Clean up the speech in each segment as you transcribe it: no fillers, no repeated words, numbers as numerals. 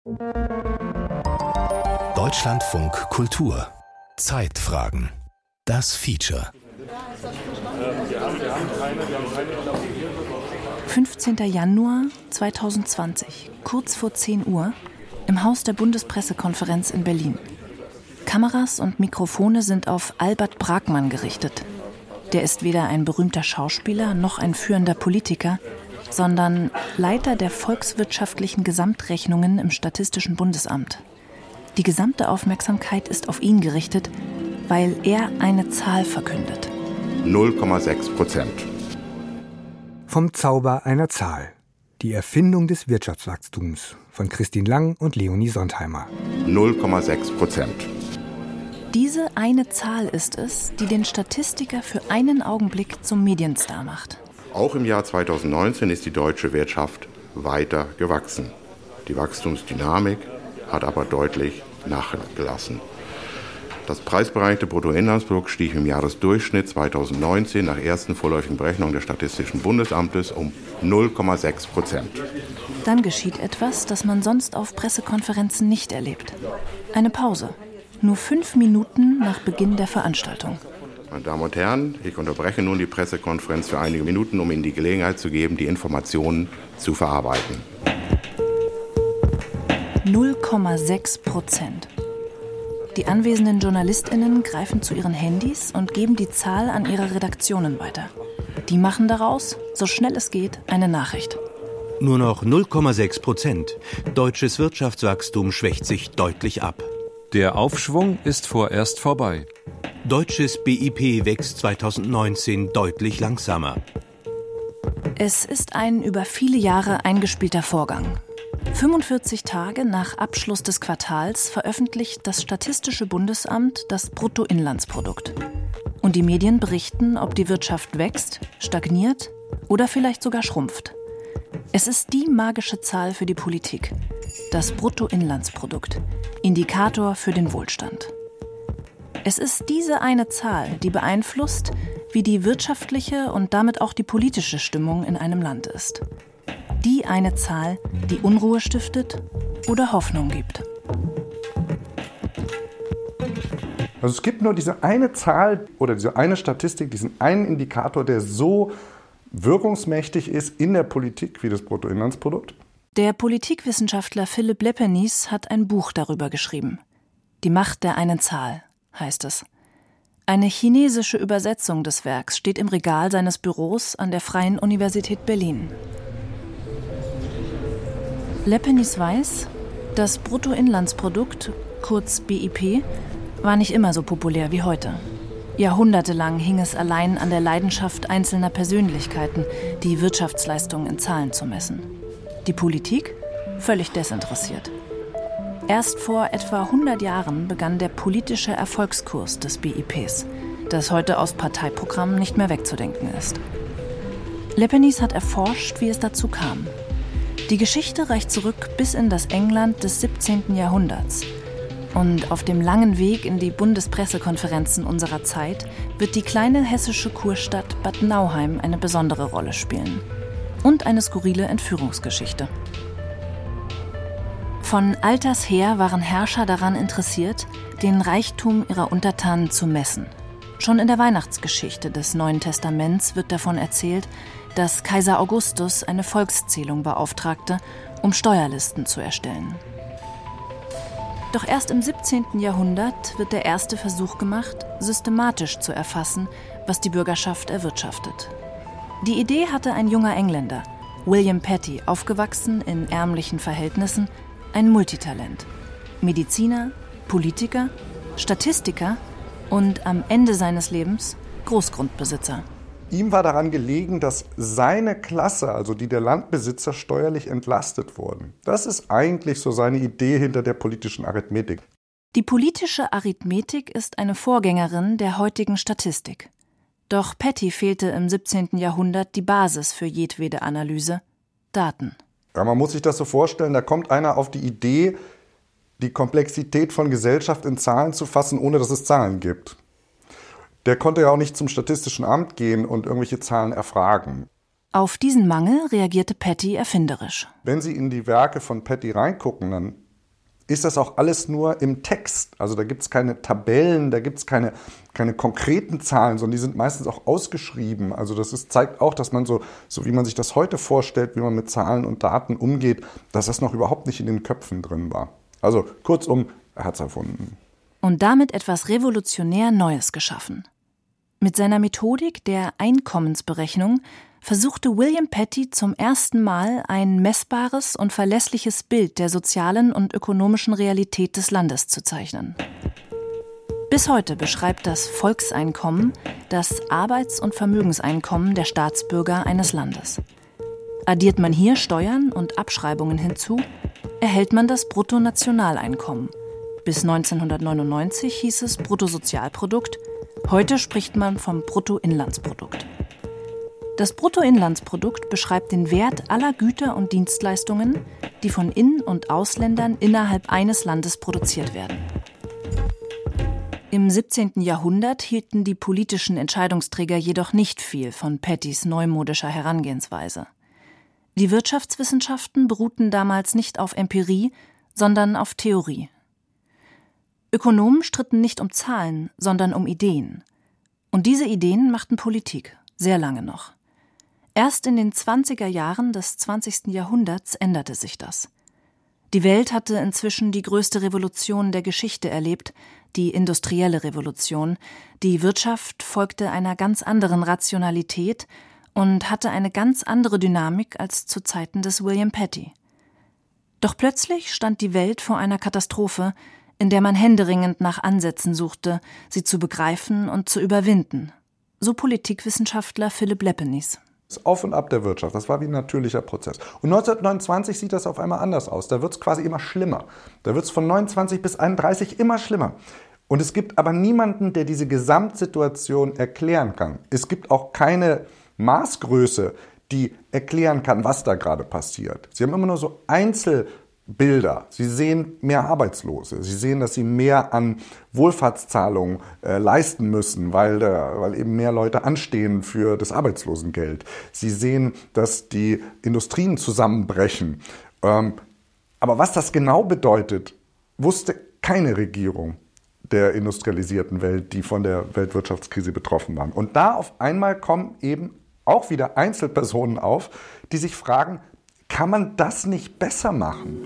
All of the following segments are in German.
Deutschlandfunk Kultur. Zeitfragen. Das Feature. 15. Januar 2020, kurz vor 10 Uhr, im Haus der Bundespressekonferenz in Berlin. Kameras und Mikrofone sind auf Albert Bragmann gerichtet. Der ist weder ein berühmter Schauspieler noch ein führender Politiker, sondern Leiter der volkswirtschaftlichen Gesamtrechnungen im Statistischen Bundesamt. Die gesamte Aufmerksamkeit ist auf ihn gerichtet, weil er eine Zahl verkündet. 0,6%. Vom Zauber einer Zahl. Die Erfindung des Wirtschaftswachstums von Christine Lang und Leonie Sontheimer. 0,6%. Diese eine Zahl ist es, die den Statistiker für einen Augenblick zum Medienstar macht. Auch im Jahr 2019 ist die deutsche Wirtschaft weiter gewachsen. Die Wachstumsdynamik hat aber deutlich nachgelassen. Das preisbereinigte Bruttoinlandsprodukt stieg im Jahresdurchschnitt 2019 nach ersten vorläufigen Berechnungen des Statistischen Bundesamtes um 0,6%. Dann geschieht etwas, das man sonst auf Pressekonferenzen nicht erlebt. Eine Pause. Nur 5 Minuten nach Beginn der Veranstaltung. Meine Damen und Herren, ich unterbreche nun die Pressekonferenz für einige Minuten, um Ihnen die Gelegenheit zu geben, die Informationen zu verarbeiten. 0,6%. Die anwesenden JournalistInnen greifen zu ihren Handys und geben die Zahl an ihre Redaktionen weiter. Die machen daraus, so schnell es geht, eine Nachricht. Nur noch 0,6%. Deutsches Wirtschaftswachstum schwächt sich deutlich ab. Der Aufschwung ist vorerst vorbei. Deutsches BIP wächst 2019 deutlich langsamer. Es ist ein über viele Jahre eingespielter Vorgang. 45 Tage nach Abschluss des Quartals veröffentlicht das Statistische Bundesamt das Bruttoinlandsprodukt. Und die Medien berichten, ob die Wirtschaft wächst, stagniert oder vielleicht sogar schrumpft. Es ist die magische Zahl für die Politik. Das Bruttoinlandsprodukt, Indikator für den Wohlstand. Es ist diese eine Zahl, die beeinflusst, wie die wirtschaftliche und damit auch die politische Stimmung in einem Land ist. Die eine Zahl, die Unruhe stiftet oder Hoffnung gibt. Also es gibt nur diese eine Zahl oder diese eine Statistik, diesen einen Indikator, der so wirkungsmächtig ist in der Politik wie das Bruttoinlandsprodukt. Der Politikwissenschaftler Philipp Lepenies hat ein Buch darüber geschrieben. Die Macht der einen Zahl heißt es. Eine chinesische Übersetzung des Werks steht im Regal seines Büros an der Freien Universität Berlin. Lepenies weiß, das Bruttoinlandsprodukt, kurz BIP, war nicht immer so populär wie heute. Jahrhundertelang hing es allein an der Leidenschaft einzelner Persönlichkeiten, die Wirtschaftsleistungen in Zahlen zu messen. Die Politik? Völlig desinteressiert. Erst vor etwa 100 Jahren begann der politische Erfolgskurs des BIPs, das heute aus Parteiprogrammen nicht mehr wegzudenken ist. Lepenies hat erforscht, wie es dazu kam. Die Geschichte reicht zurück bis in das England des 17. Jahrhunderts. Und auf dem langen Weg in die Bundespressekonferenzen unserer Zeit wird die kleine hessische Kurstadt Bad Nauheim eine besondere Rolle spielen. Und eine skurrile Entführungsgeschichte. Von alters her waren Herrscher daran interessiert, den Reichtum ihrer Untertanen zu messen. Schon in der Weihnachtsgeschichte des Neuen Testaments wird davon erzählt, dass Kaiser Augustus eine Volkszählung beauftragte, um Steuerlisten zu erstellen. Doch erst im 17. Jahrhundert wird der erste Versuch gemacht, systematisch zu erfassen, was die Bürgerschaft erwirtschaftet. Die Idee hatte ein junger Engländer, William Petty, aufgewachsen in ärmlichen Verhältnissen, ein Multitalent. Mediziner, Politiker, Statistiker und am Ende seines Lebens Großgrundbesitzer. Ihm war daran gelegen, dass seine Klasse, also die der Landbesitzer, steuerlich entlastet wurden. Das ist eigentlich so seine Idee hinter der politischen Arithmetik. Die politische Arithmetik ist eine Vorgängerin der heutigen Statistik. Doch Petty fehlte im 17. Jahrhundert die Basis für jedwede Analyse: Daten. Ja, man muss sich das so vorstellen, da kommt einer auf die Idee, die Komplexität von Gesellschaft in Zahlen zu fassen, ohne dass es Zahlen gibt. Der konnte ja auch nicht zum Statistischen Amt gehen und irgendwelche Zahlen erfragen. Auf diesen Mangel reagierte Petty erfinderisch. Wenn Sie in die Werke von Petty reingucken, dann ist das auch alles nur im Text. Also da gibt es keine Tabellen, da gibt es keine konkreten Zahlen, sondern die sind meistens auch ausgeschrieben. Also zeigt auch, dass man so wie man sich das heute vorstellt, wie man mit Zahlen und Daten umgeht, dass das noch überhaupt nicht in den Köpfen drin war. Also kurzum, er hat es erfunden. Und damit etwas revolutionär Neues geschaffen. Mit seiner Methodik der Einkommensberechnung versuchte William Petty zum ersten Mal ein messbares und verlässliches Bild der sozialen und ökonomischen Realität des Landes zu zeichnen. Bis heute beschreibt das Volkseinkommen das Arbeits- und Vermögenseinkommen der Staatsbürger eines Landes. Addiert man hier Steuern und Abschreibungen hinzu, erhält man das Bruttonationaleinkommen. Bis 1999 hieß es Bruttosozialprodukt, heute spricht man vom Bruttoinlandsprodukt. Das Bruttoinlandsprodukt beschreibt den Wert aller Güter und Dienstleistungen, die von In- und Ausländern innerhalb eines Landes produziert werden. Im 17. Jahrhundert hielten die politischen Entscheidungsträger jedoch nicht viel von Pettys neumodischer Herangehensweise. Die Wirtschaftswissenschaften beruhten damals nicht auf Empirie, sondern auf Theorie. Ökonomen stritten nicht um Zahlen, sondern um Ideen. Und diese Ideen machten Politik, sehr lange noch. Erst in den 20er Jahren des 20. Jahrhunderts änderte sich das. Die Welt hatte inzwischen die größte Revolution der Geschichte erlebt, die industrielle Revolution. Die Wirtschaft folgte einer ganz anderen Rationalität und hatte eine ganz andere Dynamik als zu Zeiten des William Petty. Doch plötzlich stand die Welt vor einer Katastrophe, in der man händeringend nach Ansätzen suchte, sie zu begreifen und zu überwinden. So Politikwissenschaftler Philipp Lepenies. Das Auf und Ab der Wirtschaft, das war wie ein natürlicher Prozess. Und 1929 sieht das auf einmal anders aus. Da wird es quasi immer schlimmer. Da wird es von 29 bis 31 immer schlimmer. Und es gibt aber niemanden, der diese Gesamtsituation erklären kann. Es gibt auch keine Maßgröße, die erklären kann, was da gerade passiert. Sie haben immer nur so Einzelbilder. Sie sehen mehr Arbeitslose. Sie sehen, dass sie mehr an Wohlfahrtszahlungen leisten müssen, weil eben mehr Leute anstehen für das Arbeitslosengeld. Sie sehen, dass die Industrien zusammenbrechen. Aber was das genau bedeutet, wusste keine Regierung der industrialisierten Welt, die von der Weltwirtschaftskrise betroffen waren. Und da auf einmal kommen eben auch wieder Einzelpersonen auf, die sich fragen, kann man das nicht besser machen?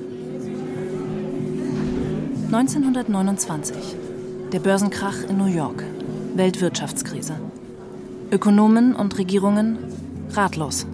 1929. Der Börsenkrach in New York. Weltwirtschaftskrise. Ökonomen und Regierungen ratlos.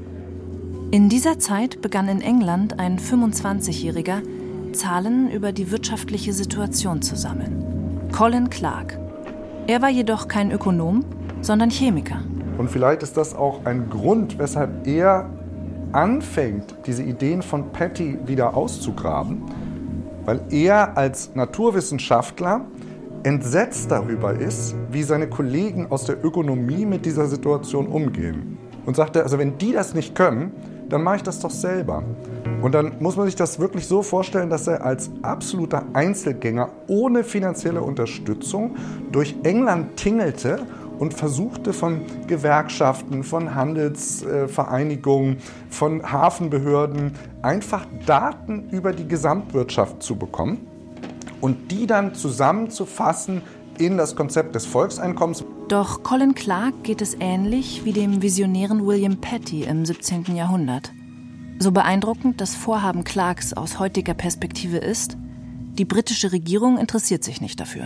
In dieser Zeit begann in England ein 25-Jähriger, Zahlen über die wirtschaftliche Situation zu sammeln. Colin Clark. Er war jedoch kein Ökonom, sondern Chemiker. Und vielleicht ist das auch ein Grund, weshalb er anfängt, diese Ideen von Petty wieder auszugraben, weil er als Naturwissenschaftler entsetzt darüber ist, wie seine Kollegen aus der Ökonomie mit dieser Situation umgehen. Und sagt er, also wenn die das nicht können, dann mache ich das doch selber. Und dann muss man sich das wirklich so vorstellen, dass er als absoluter Einzelgänger ohne finanzielle Unterstützung durch England tingelte und versuchte von Gewerkschaften, von Handelsvereinigungen, von Hafenbehörden einfach Daten über die Gesamtwirtschaft zu bekommen und die dann zusammenzufassen in das Konzept des Volkseinkommens. Doch Colin Clark geht es ähnlich wie dem visionären William Petty im 17. Jahrhundert. So beeindruckend das Vorhaben Clarks aus heutiger Perspektive ist, die britische Regierung interessiert sich nicht dafür.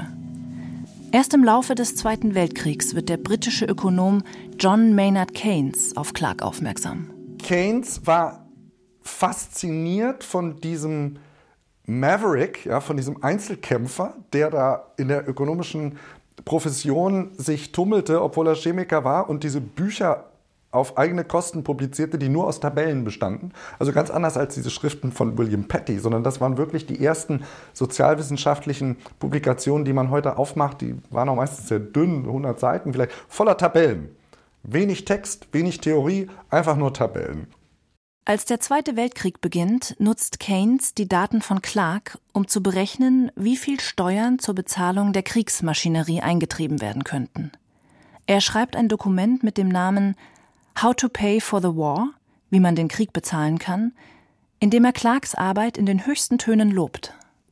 Erst im Laufe des Zweiten Weltkriegs wird der britische Ökonom John Maynard Keynes auf Clark aufmerksam. Keynes war fasziniert von diesem Maverick, ja, von diesem Einzelkämpfer, der da in der ökonomischen Profession sich tummelte, obwohl er Chemiker war und diese Bücher auf eigene Kosten publizierte, die nur aus Tabellen bestanden. Also ganz anders als diese Schriften von William Petty, sondern das waren wirklich die ersten sozialwissenschaftlichen Publikationen, die man heute aufmacht. Die waren auch meistens sehr dünn, 100 Seiten vielleicht, voller Tabellen. Wenig Text, wenig Theorie, einfach nur Tabellen. Als der Zweite Weltkrieg beginnt, nutzt Keynes die Daten von Clark, um zu berechnen, wie viel Steuern zur Bezahlung der Kriegsmaschinerie eingetrieben werden könnten. Er schreibt ein Dokument mit dem Namen How to Pay for the War, wie man den Krieg bezahlen kann, in dem er Clarks Arbeit in den höchsten Tönen lobt.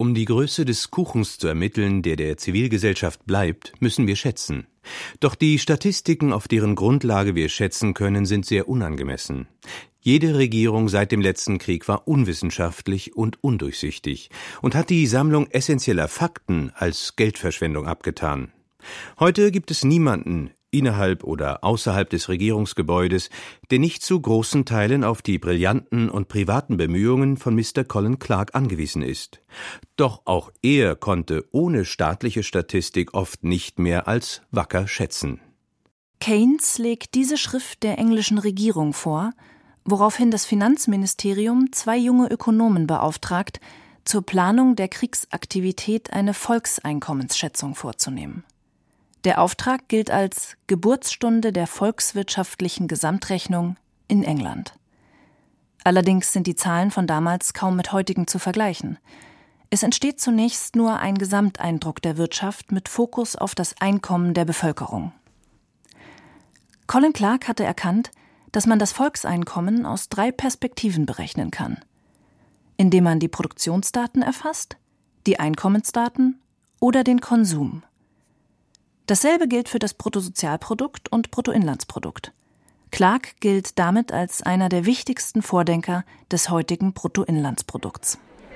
Um die Größe des Kuchens zu ermitteln, der der Zivilgesellschaft bleibt, müssen wir schätzen. Doch die Statistiken, auf deren Grundlage wir schätzen können, sind sehr unangemessen. Jede Regierung seit dem letzten Krieg war unwissenschaftlich und undurchsichtig und hat die Sammlung essentieller Fakten als Geldverschwendung abgetan. Heute gibt es niemanden, innerhalb oder außerhalb des Regierungsgebäudes, der nicht zu großen Teilen auf die brillanten und privaten Bemühungen von Mr. Colin Clark angewiesen ist. Doch auch er konnte ohne staatliche Statistik oft nicht mehr als wacker schätzen. Keynes legt diese Schrift der englischen Regierung vor, woraufhin das Finanzministerium 2 junge Ökonomen beauftragt, zur Planung der Kriegsaktivität eine Volkseinkommensschätzung vorzunehmen. Der Auftrag gilt als Geburtsstunde der volkswirtschaftlichen Gesamtrechnung in England. Allerdings sind die Zahlen von damals kaum mit heutigen zu vergleichen. Es entsteht zunächst nur ein Gesamteindruck der Wirtschaft mit Fokus auf das Einkommen der Bevölkerung. Colin Clark hatte erkannt, dass man das Volkseinkommen aus 3 Perspektiven berechnen kann. Indem man die Produktionsdaten erfasst, die Einkommensdaten oder den Konsum. Dasselbe gilt für das Bruttosozialprodukt und Bruttoinlandsprodukt. Clark gilt damit als einer der wichtigsten Vordenker des heutigen Bruttoinlandsprodukts.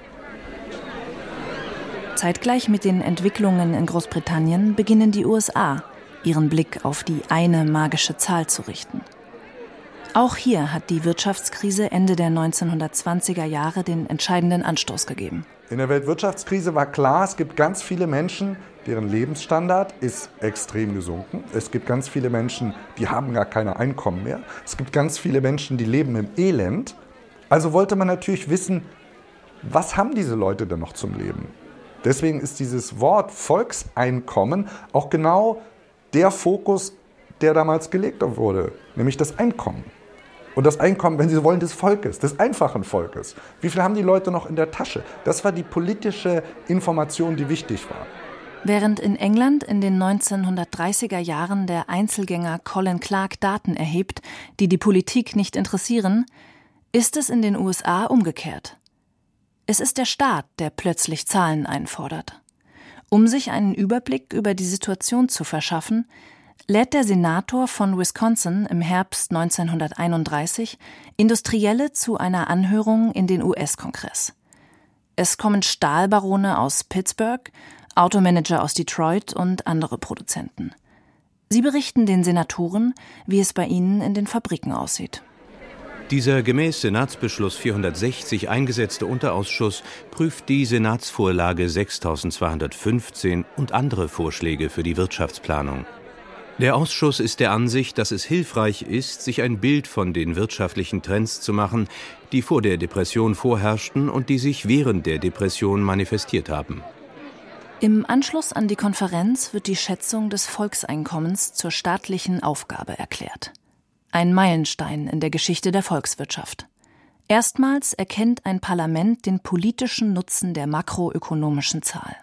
Zeitgleich mit den Entwicklungen in Großbritannien beginnen die USA, ihren Blick auf die eine magische Zahl zu richten. Auch hier hat die Wirtschaftskrise Ende der 1920er Jahre den entscheidenden Anstoß gegeben. In der Weltwirtschaftskrise war klar, es gibt ganz viele Menschen, deren Lebensstandard ist extrem gesunken. Es gibt ganz viele Menschen, die haben gar keine Einkommen mehr. Es gibt ganz viele Menschen, die leben im Elend. Also wollte man natürlich wissen, was haben diese Leute denn noch zum Leben? Deswegen ist dieses Wort Volkseinkommen auch genau der Fokus, der damals gelegt wurde, nämlich das Einkommen. Und das Einkommen, wenn Sie wollen, des Volkes, des einfachen Volkes. Wie viel haben die Leute noch in der Tasche? Das war die politische Information, die wichtig war. Während in England in den 1930er Jahren der Einzelgänger Colin Clark Daten erhebt, die die Politik nicht interessieren, ist es in den USA umgekehrt. Es ist der Staat, der plötzlich Zahlen einfordert. Um sich einen Überblick über die Situation zu verschaffen, lädt der Senator von Wisconsin im Herbst 1931 Industrielle zu einer Anhörung in den US-Kongress. Es kommen Stahlbarone aus Pittsburgh, Automanager aus Detroit und andere Produzenten. Sie berichten den Senatoren, wie es bei ihnen in den Fabriken aussieht. Dieser gemäß Senatsbeschluss 460 eingesetzte Unterausschuss prüft die Senatsvorlage 6215 und andere Vorschläge für die Wirtschaftsplanung. Der Ausschuss ist der Ansicht, dass es hilfreich ist, sich ein Bild von den wirtschaftlichen Trends zu machen, die vor der Depression vorherrschten und die sich während der Depression manifestiert haben. Im Anschluss an die Konferenz wird die Schätzung des Volkseinkommens zur staatlichen Aufgabe erklärt. Ein Meilenstein in der Geschichte der Volkswirtschaft. Erstmals erkennt ein Parlament den politischen Nutzen der makroökonomischen Zahl.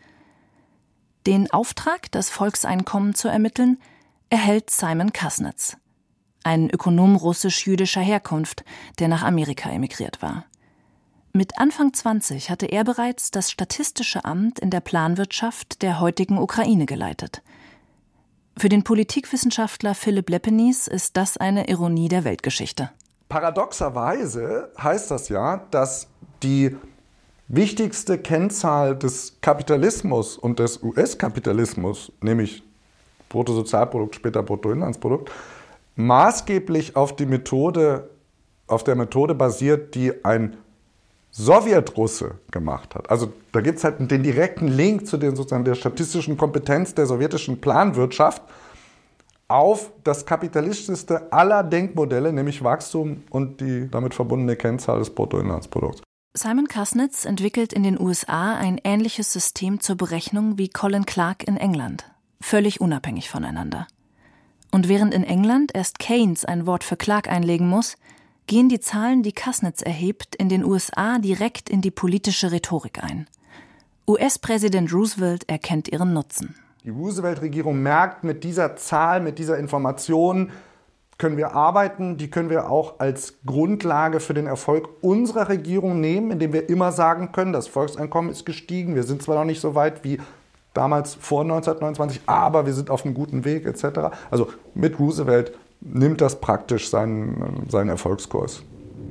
Den Auftrag, das Volkseinkommen zu ermitteln, erhält Simon Kuznets, ein Ökonom russisch-jüdischer Herkunft, der nach Amerika emigriert war. Mit Anfang 20 hatte er bereits das Statistische Amt in der Planwirtschaft der heutigen Ukraine geleitet. Für den Politikwissenschaftler Philipp Lepenies ist das eine Ironie der Weltgeschichte. Paradoxerweise heißt das ja, dass die wichtigste Kennzahl des Kapitalismus und des US-Kapitalismus, nämlich Bruttosozialprodukt, später Bruttoinlandsprodukt, maßgeblich auf der Methode basiert, die ein Sowjetrusse gemacht hat. Also da gibt es halt den direkten Link zu der statistischen Kompetenz der sowjetischen Planwirtschaft auf das kapitalistischste aller Denkmodelle, nämlich Wachstum und die damit verbundene Kennzahl des Bruttoinlandsprodukts. Simon Kuznets entwickelt in den USA ein ähnliches System zur Berechnung wie Colin Clark in England, völlig unabhängig voneinander. Und während in England erst Keynes ein Wort für Clark einlegen muss, gehen die Zahlen, die Kuznets erhebt, in den USA direkt in die politische Rhetorik ein. US-Präsident Roosevelt erkennt ihren Nutzen. Die Roosevelt-Regierung merkt mit dieser Zahl, mit dieser Information, können wir arbeiten, die können wir auch als Grundlage für den Erfolg unserer Regierung nehmen, indem wir immer sagen können, das Volkseinkommen ist gestiegen, wir sind zwar noch nicht so weit wie damals vor 1929, aber wir sind auf einem guten Weg etc. Also mit Roosevelt nimmt das praktisch seinen Erfolgskurs.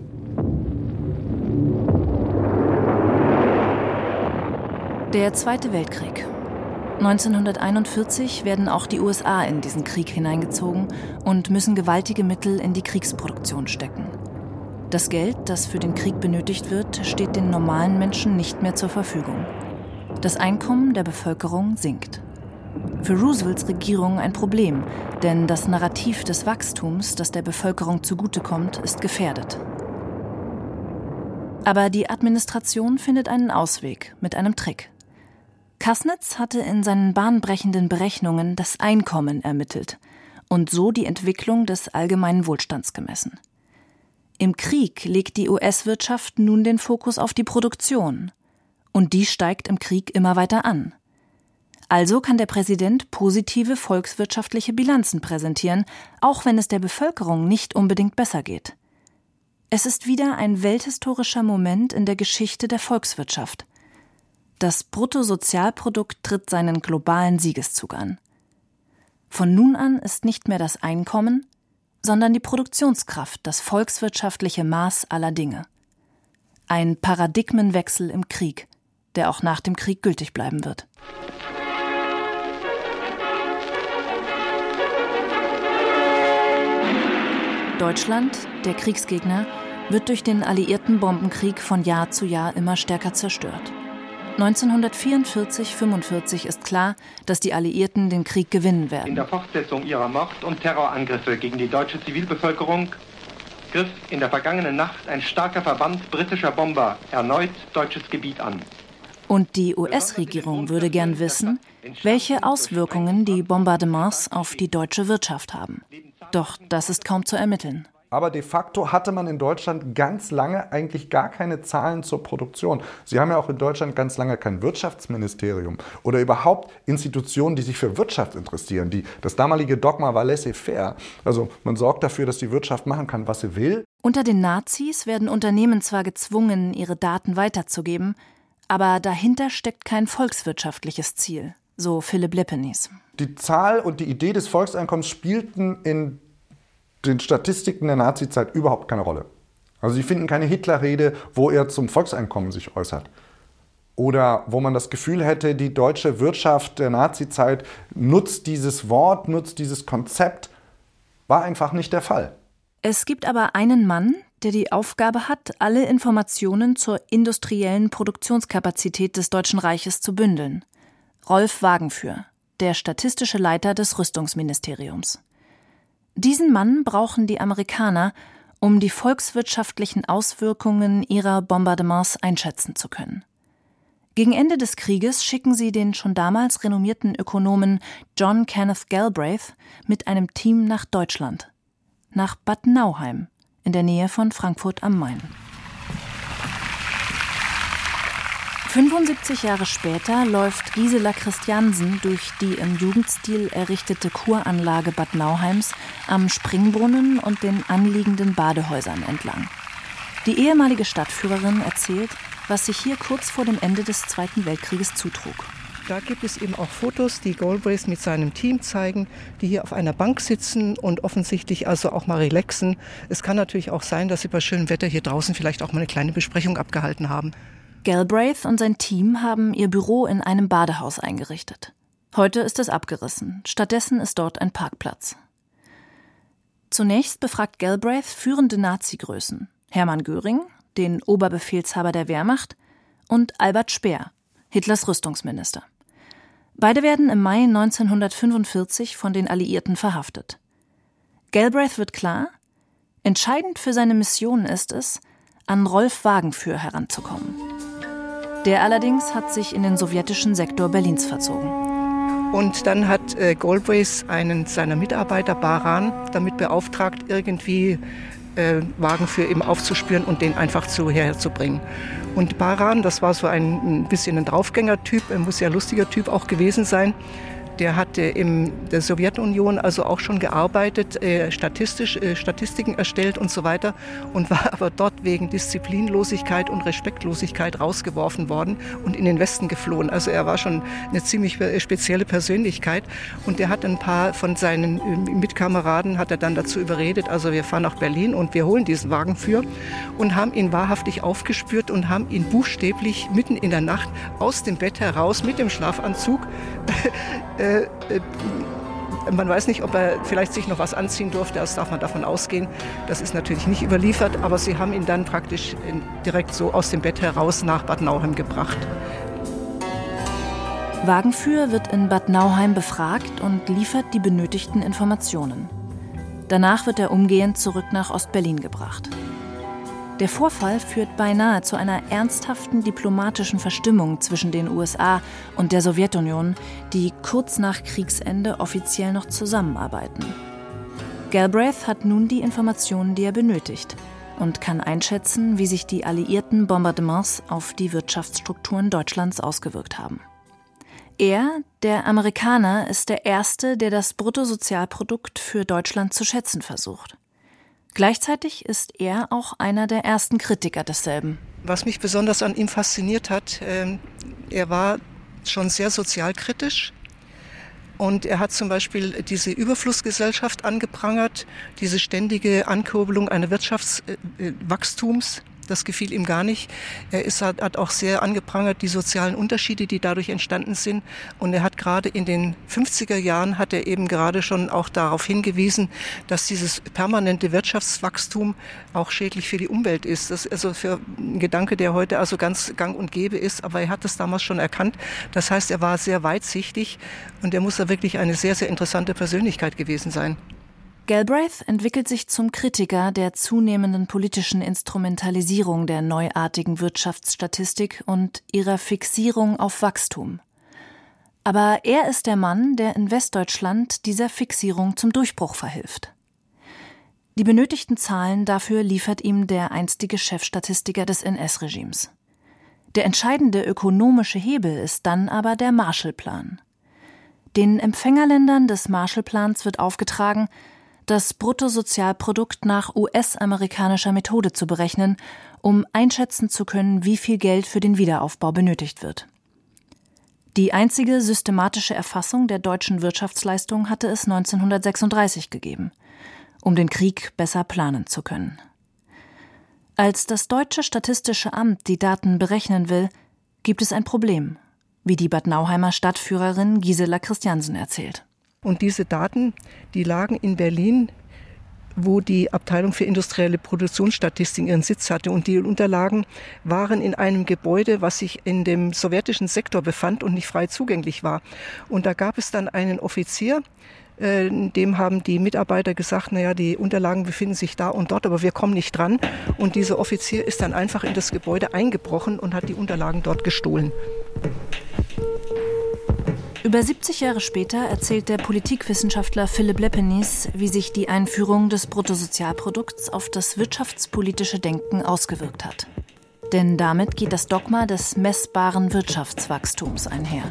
Der Zweite Weltkrieg. 1941 werden auch die USA in diesen Krieg hineingezogen und müssen gewaltige Mittel in die Kriegsproduktion stecken. Das Geld, das für den Krieg benötigt wird, steht den normalen Menschen nicht mehr zur Verfügung. Das Einkommen der Bevölkerung sinkt. Für Roosevelts Regierung ein Problem, denn das Narrativ des Wachstums, das der Bevölkerung zugutekommt, ist gefährdet. Aber die Administration findet einen Ausweg mit einem Trick. Kasnitz hatte in seinen bahnbrechenden Berechnungen das Einkommen ermittelt und so die Entwicklung des allgemeinen Wohlstands gemessen. Im Krieg legt die US-Wirtschaft nun den Fokus auf die Produktion. Und die steigt im Krieg immer weiter an. Also kann der Präsident positive volkswirtschaftliche Bilanzen präsentieren, auch wenn es der Bevölkerung nicht unbedingt besser geht. Es ist wieder ein welthistorischer Moment in der Geschichte der Volkswirtschaft. Das Bruttosozialprodukt tritt seinen globalen Siegeszug an. Von nun an ist nicht mehr das Einkommen, sondern die Produktionskraft das volkswirtschaftliche Maß aller Dinge. Ein Paradigmenwechsel im Krieg, der auch nach dem Krieg gültig bleiben wird. Deutschland, der Kriegsgegner, wird durch den alliierten Bombenkrieg von Jahr zu Jahr immer stärker zerstört. 1944/45 ist klar, dass die Alliierten den Krieg gewinnen werden. In der Fortsetzung ihrer Mord- und Terrorangriffe gegen die deutsche Zivilbevölkerung griff in der vergangenen Nacht ein starker Verband britischer Bomber erneut deutsches Gebiet an. Und die US-Regierung würde gern wissen, welche Auswirkungen die Bombardements auf die deutsche Wirtschaft haben. Doch das ist kaum zu ermitteln. Aber de facto hatte man in Deutschland ganz lange eigentlich gar keine Zahlen zur Produktion. Sie haben ja auch in Deutschland ganz lange kein Wirtschaftsministerium oder überhaupt Institutionen, die sich für Wirtschaft interessieren. Das damalige Dogma war laissez-faire. Also man sorgt dafür, dass die Wirtschaft machen kann, was sie will. Unter den Nazis werden Unternehmen zwar gezwungen, ihre Daten weiterzugeben, aber dahinter steckt kein volkswirtschaftliches Ziel, so Philipp Lepenies. Die Zahl und die Idee des Volkseinkommens spielten in den Statistiken der Nazizeit überhaupt keine Rolle. Also Sie finden keine Hitler-Rede, wo er zum Volkseinkommen sich äußert. Oder wo man das Gefühl hätte, die deutsche Wirtschaft der Nazizeit nutzt dieses Wort, nutzt dieses Konzept. War einfach nicht der Fall. Es gibt aber einen Mann, der die Aufgabe hat, alle Informationen zur industriellen Produktionskapazität des Deutschen Reiches zu bündeln. Rolf Wagenführ, der statistische Leiter des Rüstungsministeriums. Diesen Mann brauchen die Amerikaner, um die volkswirtschaftlichen Auswirkungen ihrer Bombardements einschätzen zu können. Gegen Ende des Krieges schicken sie den schon damals renommierten Ökonomen John Kenneth Galbraith mit einem Team nach Deutschland, nach Bad Nauheim in der Nähe von Frankfurt am Main. 75 Jahre später läuft Gisela Christiansen durch die im Jugendstil errichtete Kuranlage Bad Nauheims am Springbrunnen und den anliegenden Badehäusern entlang. Die ehemalige Stadtführerin erzählt, was sich hier kurz vor dem Ende des Zweiten Weltkrieges zutrug. Da gibt es eben auch Fotos, die Galbraith mit seinem Team zeigen, die hier auf einer Bank sitzen und offensichtlich also auch mal relaxen. Es kann natürlich auch sein, dass sie bei schönem Wetter hier draußen vielleicht auch mal eine kleine Besprechung abgehalten haben. Galbraith und sein Team haben ihr Büro in einem Badehaus eingerichtet. Heute ist es abgerissen. Stattdessen ist dort ein Parkplatz. Zunächst befragt Galbraith führende Nazi-Größen. Hermann Göring, den Oberbefehlshaber der Wehrmacht, und Albert Speer, Hitlers Rüstungsminister. Beide werden im Mai 1945 von den Alliierten verhaftet. Galbraith wird klar, entscheidend für seine Mission ist es, an Rolf Wagenführ heranzukommen. Der allerdings hat sich in den sowjetischen Sektor Berlins verzogen. Und dann hat Galbraith einen seiner Mitarbeiter, Baran, damit beauftragt, irgendwie Wagenführ eben aufzuspüren und den einfach hierher zu bringen. Und Baran, das war so ein bisschen ein Draufgänger-Typ, muss ja ein lustiger Typ auch gewesen sein, Der hatte in der Sowjetunion also auch schon gearbeitet, Statistiken erstellt und so weiter und war aber dort wegen Disziplinlosigkeit und Respektlosigkeit rausgeworfen worden und in den Westen geflohen. Also er war schon eine ziemlich spezielle Persönlichkeit und der hat ein paar von seinen Mitkameraden hat er dann dazu überredet, also wir fahren nach Berlin und wir holen diesen Wagen für und haben ihn wahrhaftig aufgespürt und haben ihn buchstäblich mitten in der Nacht aus dem Bett heraus mit dem Schlafanzug man weiß nicht, ob er vielleicht sich noch was anziehen durfte, das darf man davon ausgehen. Das ist natürlich nicht überliefert, aber sie haben ihn dann praktisch direkt so aus dem Bett heraus nach Bad Nauheim gebracht. Wagenführer wird in Bad Nauheim befragt und liefert die benötigten Informationen. Danach wird er umgehend zurück nach Ostberlin gebracht. Der Vorfall führt beinahe zu einer ernsthaften diplomatischen Verstimmung zwischen den USA und der Sowjetunion, die kurz nach Kriegsende offiziell noch zusammenarbeiten. Galbraith hat nun die Informationen, die er benötigt, und kann einschätzen, wie sich die alliierten Bombardements auf die Wirtschaftsstrukturen Deutschlands ausgewirkt haben. Er, der Amerikaner, ist der Erste, der das Bruttosozialprodukt für Deutschland zu schätzen versucht. Gleichzeitig ist er auch einer der ersten Kritiker desselben. Was mich besonders an ihm fasziniert hat, er war schon sehr sozialkritisch und er hat zum Beispiel diese Überflussgesellschaft angeprangert, diese ständige Ankurbelung eines Wirtschaftswachstums. Das gefiel ihm gar nicht. Er hat auch sehr angeprangert die sozialen Unterschiede, die dadurch entstanden sind. Und er hat gerade in den 50er Jahren hat er eben gerade schon auch darauf hingewiesen, dass dieses permanente Wirtschaftswachstum auch schädlich für die Umwelt ist. Das ist also für ein Gedanke, der heute also ganz gang und gäbe ist. Aber er hat das damals schon erkannt. Das heißt, er war sehr weitsichtig und er muss da wirklich eine sehr, sehr interessante Persönlichkeit gewesen sein. Galbraith entwickelt sich zum Kritiker der zunehmenden politischen Instrumentalisierung der neuartigen Wirtschaftsstatistik und ihrer Fixierung auf Wachstum. Aber er ist der Mann, der in Westdeutschland dieser Fixierung zum Durchbruch verhilft. Die benötigten Zahlen dafür liefert ihm der einstige Chefstatistiker des NS-Regimes. Der entscheidende ökonomische Hebel ist dann aber der Marshallplan. Den Empfängerländern des Marshallplans wird aufgetragen, das Bruttosozialprodukt nach US-amerikanischer Methode zu berechnen, um einschätzen zu können, wie viel Geld für den Wiederaufbau benötigt wird. Die einzige systematische Erfassung der deutschen Wirtschaftsleistung hatte es 1936 gegeben, um den Krieg besser planen zu können. Als das Deutsche Statistische Amt die Daten berechnen will, gibt es ein Problem, wie die Bad Nauheimer Stadtführerin Gisela Christiansen erzählt. Und diese Daten, die lagen in Berlin, wo die Abteilung für industrielle Produktionsstatistik ihren Sitz hatte. Und die Unterlagen waren in einem Gebäude, was sich in dem sowjetischen Sektor befand und nicht frei zugänglich war. Und da gab es dann einen Offizier, dem haben die Mitarbeiter gesagt, naja, die Unterlagen befinden sich da und dort, aber wir kommen nicht dran. Und dieser Offizier ist dann einfach in das Gebäude eingebrochen und hat die Unterlagen dort gestohlen. Über 70 Jahre später erzählt der Politikwissenschaftler Philipp Lepenies, wie sich die Einführung des Bruttosozialprodukts auf das wirtschaftspolitische Denken ausgewirkt hat. Denn damit geht das Dogma des messbaren Wirtschaftswachstums einher.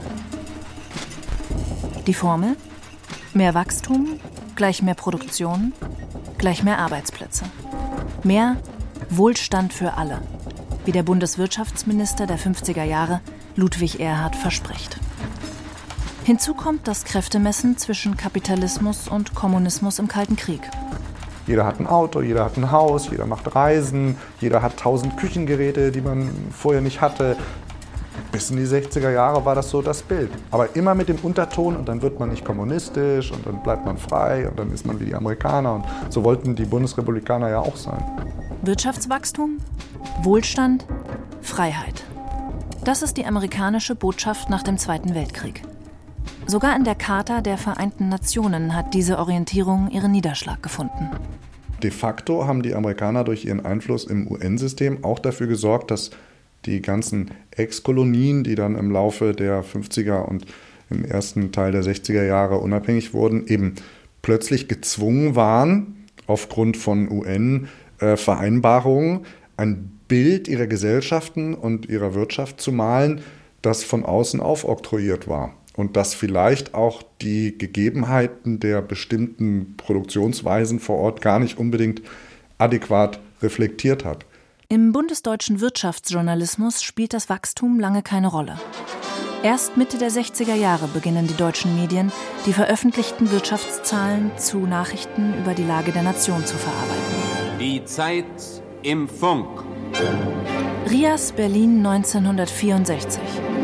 Die Formel: mehr Wachstum gleich mehr Produktion gleich mehr Arbeitsplätze. Mehr Wohlstand für alle, wie der Bundeswirtschaftsminister der 50er Jahre Ludwig Erhard verspricht. Hinzu kommt das Kräftemessen zwischen Kapitalismus und Kommunismus im Kalten Krieg. Jeder hat ein Auto, jeder hat ein Haus, jeder macht Reisen, jeder hat 1000 Küchengeräte, die man vorher nicht hatte. Bis in die 60er Jahre war das so das Bild. Aber immer mit dem Unterton, und dann wird man nicht kommunistisch und dann bleibt man frei und dann ist man wie die Amerikaner. Und so wollten die Bundesrepublikaner ja auch sein. Wirtschaftswachstum, Wohlstand, Freiheit. Das ist die amerikanische Botschaft nach dem Zweiten Weltkrieg. Sogar in der Charta der Vereinten Nationen hat diese Orientierung ihren Niederschlag gefunden. De facto haben die Amerikaner durch ihren Einfluss im UN-System auch dafür gesorgt, dass die ganzen Ex-Kolonien, die dann im Laufe der 50er und im ersten Teil der 60er Jahre unabhängig wurden, eben plötzlich gezwungen waren, aufgrund von UN-Vereinbarungen ein Bild ihrer Gesellschaften und ihrer Wirtschaft zu malen, das von außen aufoktroyiert war. und dass vielleicht auch die Gegebenheiten der bestimmten Produktionsweisen vor Ort gar nicht unbedingt adäquat reflektiert hat. Im bundesdeutschen Wirtschaftsjournalismus spielt das Wachstum lange keine Rolle. Erst Mitte der 60er Jahre beginnen die deutschen Medien, die veröffentlichten Wirtschaftszahlen zu Nachrichten über die Lage der Nation zu verarbeiten. Die Zeit im Funk. Rias, Berlin 1964.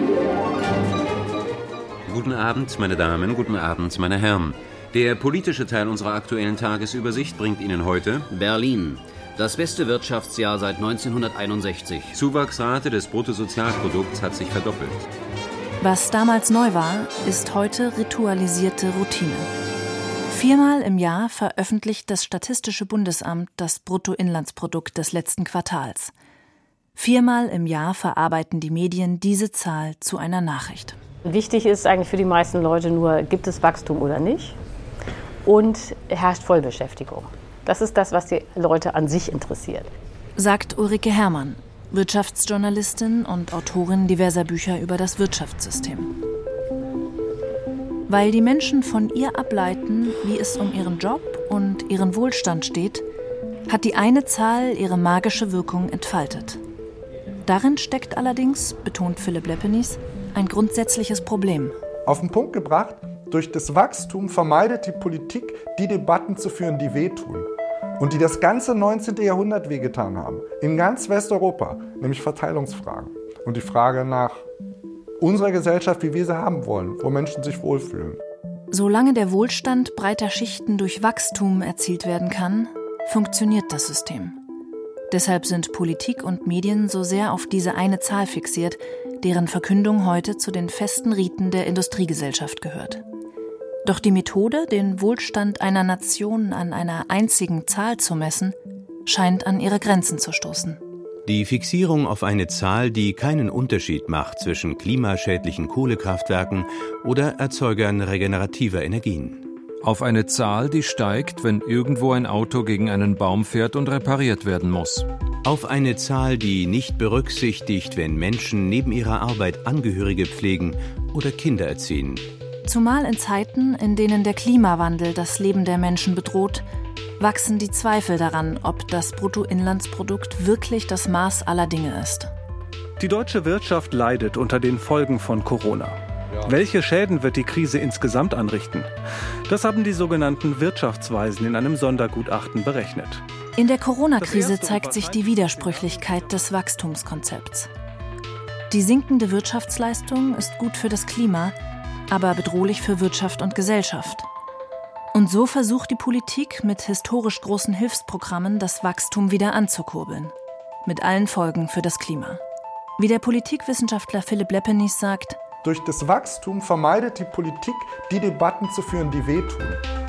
Guten Abend, meine Damen, guten Abend, meine Herren. Der politische Teil unserer aktuellen Tagesübersicht bringt Ihnen heute Berlin. Das beste Wirtschaftsjahr seit 1961. Zuwachsrate des Bruttosozialprodukts hat sich verdoppelt. Was damals neu war, ist heute ritualisierte Routine. 4-mal im Jahr veröffentlicht das Statistische Bundesamt das Bruttoinlandsprodukt des letzten Quartals. 4-mal im Jahr verarbeiten die Medien diese Zahl zu einer Nachricht. Wichtig ist eigentlich für die meisten Leute nur, gibt es Wachstum oder nicht? Und herrscht Vollbeschäftigung. Das ist das, was die Leute an sich interessiert. Sagt Ulrike Herrmann, Wirtschaftsjournalistin und Autorin diverser Bücher über das Wirtschaftssystem. Weil die Menschen von ihr ableiten, wie es um ihren Job und ihren Wohlstand steht, hat die eine Zahl ihre magische Wirkung entfaltet. Darin steckt allerdings, betont Philipp Lepenies, ein grundsätzliches Problem. Auf den Punkt gebracht, durch das Wachstum vermeidet die Politik, die Debatten zu führen, die wehtun. Und die das ganze 19. Jahrhundert wehgetan haben. In ganz Westeuropa, nämlich Verteilungsfragen. Und die Frage nach unserer Gesellschaft, wie wir sie haben wollen, wo Menschen sich wohlfühlen. Solange der Wohlstand breiter Schichten durch Wachstum erzielt werden kann, funktioniert das System. Deshalb sind Politik und Medien so sehr auf diese eine Zahl fixiert, deren Verkündung heute zu den festen Riten der Industriegesellschaft gehört. Doch die Methode, den Wohlstand einer Nation an einer einzigen Zahl zu messen, scheint an ihre Grenzen zu stoßen. Die Fixierung auf eine Zahl, die keinen Unterschied macht zwischen klimaschädlichen Kohlekraftwerken oder Erzeugern regenerativer Energien. Auf eine Zahl, die steigt, wenn irgendwo ein Auto gegen einen Baum fährt und repariert werden muss. Auf eine Zahl, die nicht berücksichtigt, wenn Menschen neben ihrer Arbeit Angehörige pflegen oder Kinder erziehen. Zumal in Zeiten, in denen der Klimawandel das Leben der Menschen bedroht, wachsen die Zweifel daran, ob das Bruttoinlandsprodukt wirklich das Maß aller Dinge ist. Die deutsche Wirtschaft leidet unter den Folgen von Corona. Welche Schäden wird die Krise insgesamt anrichten? Das haben die sogenannten Wirtschaftsweisen in einem Sondergutachten berechnet. In der Corona-Krise zeigt sich die Widersprüchlichkeit des Wachstumskonzepts. Die sinkende Wirtschaftsleistung ist gut für das Klima, aber bedrohlich für Wirtschaft und Gesellschaft. Und so versucht die Politik mit historisch großen Hilfsprogrammen das Wachstum wieder anzukurbeln. Mit allen Folgen für das Klima. Wie der Politikwissenschaftler Philipp Lepenies sagt: Durch das Wachstum vermeidet die Politik, die Debatten zu führen, die wehtun.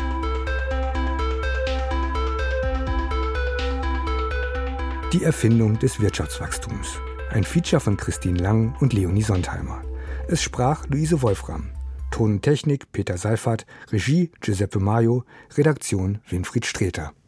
Die Erfindung des Wirtschaftswachstums. Ein Feature von Christine Lang und Leonie Sontheimer. Es sprach Luise Wolfram. Ton und Technik Peter Seifert, Regie Giuseppe Maio, Redaktion Winfried Streter.